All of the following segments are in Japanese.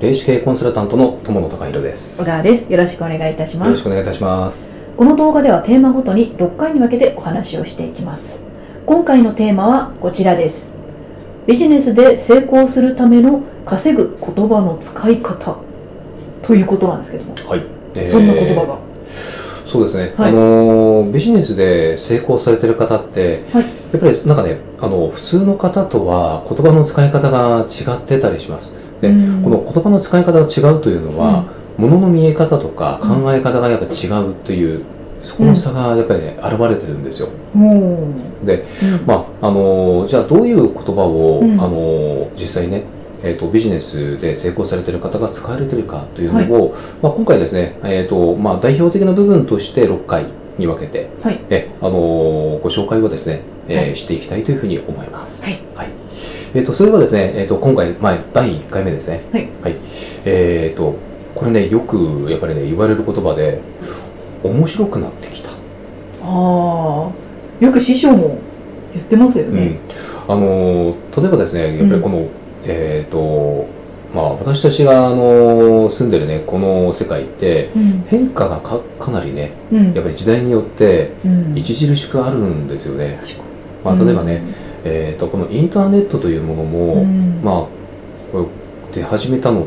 霊視系コンサルタントの友野貴弘です。 小川です。よろしくお願いいたします。 よろしくお願いいたします。 この動画ではテーマごとに6回に分けてお話をしていきます。今回のテーマはこちらです。ビジネスで成功するための稼ぐ言葉の使い方ということなんですけども、 はい。 そんな言葉が。 そうですね、 はい、 ビジネスで成功されてる方って、 はい、 やっぱりなんかね、普通の方とは言葉の使い方が違ってたりします。で、この言葉の使い方が違うというのは、物の見え方とか考え方がやっぱ違うという、そこの差がやっぱりね、現れてるんですよ。で、じゃあどういう言葉を、実際ね、ビジネスで成功されている方が使われているかというのを、今回ですね、代表的な部分として6回に分けて、ご紹介をですね、していきたいというふうに思います。それはですね、今回、第1回目ですね。これね、よくやっぱりね、言われる言葉で、面白くなってきた。 よく師匠も言ってますよね。 例えばですね、やっぱりこの、私たちが住んでるね、この世界って、変化がかなりね、やっぱり時代によって著しくあるんですよね。例えばね、このインターネットというものも、出始めたのって、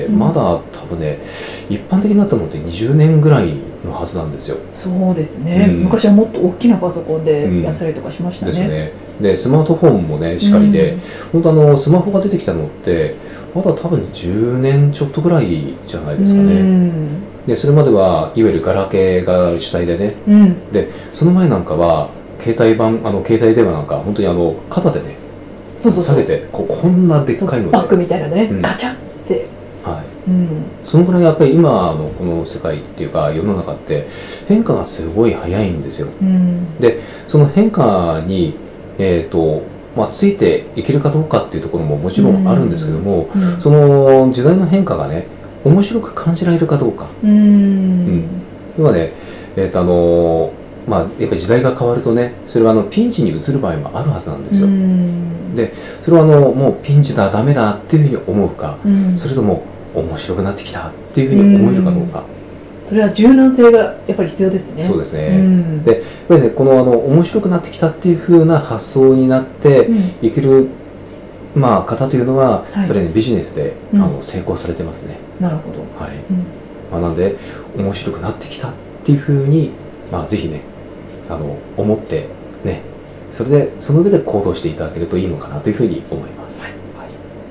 まだ多分ね、一般的になったのって20年ぐらいのはずなんですよ。 そうですね、昔はもっと大きなパソコンでやったりとかしましたね。 ですね。で、スマートフォンもね、しかりで、本当スマホが出てきたのって、まだ多分10年ちょっとぐらいじゃないですかね。で、それまでは、いわゆるガラケーが主体でね、で、その前なんかは、携帯電話なんか、本当に肩でね、下げてこんなでっかいのでバッグみたいなのね、ガチャって、 そのぐらいやっぱり今のこの世界っていうか世の中って変化がすごい早いんですよ。でその変化についていけるかどうかっていうところももちろんあるんですけども、その時代の変化がね面白く感じられるかどうか。今ねやっぱり時代が変わるとね、それはピンチに移る場合もあるはずなんですよ。で、それはもうピンチだ、ダメだっていうふうに思うか、それとも面白くなってきたっていうふうに思えるかどうか。 それは柔軟性がやっぱり必要ですね。 そうですね。で、やっぱりね、この面白くなってきたっていうふうな発想になっていける、方というのは、やっぱりね、ビジネスで成功されてますね。 なるほど。 なので、面白くなってきたっていうふうに、ぜひね、思ってね、その上で行動していただけるといいのかなというふうに思います。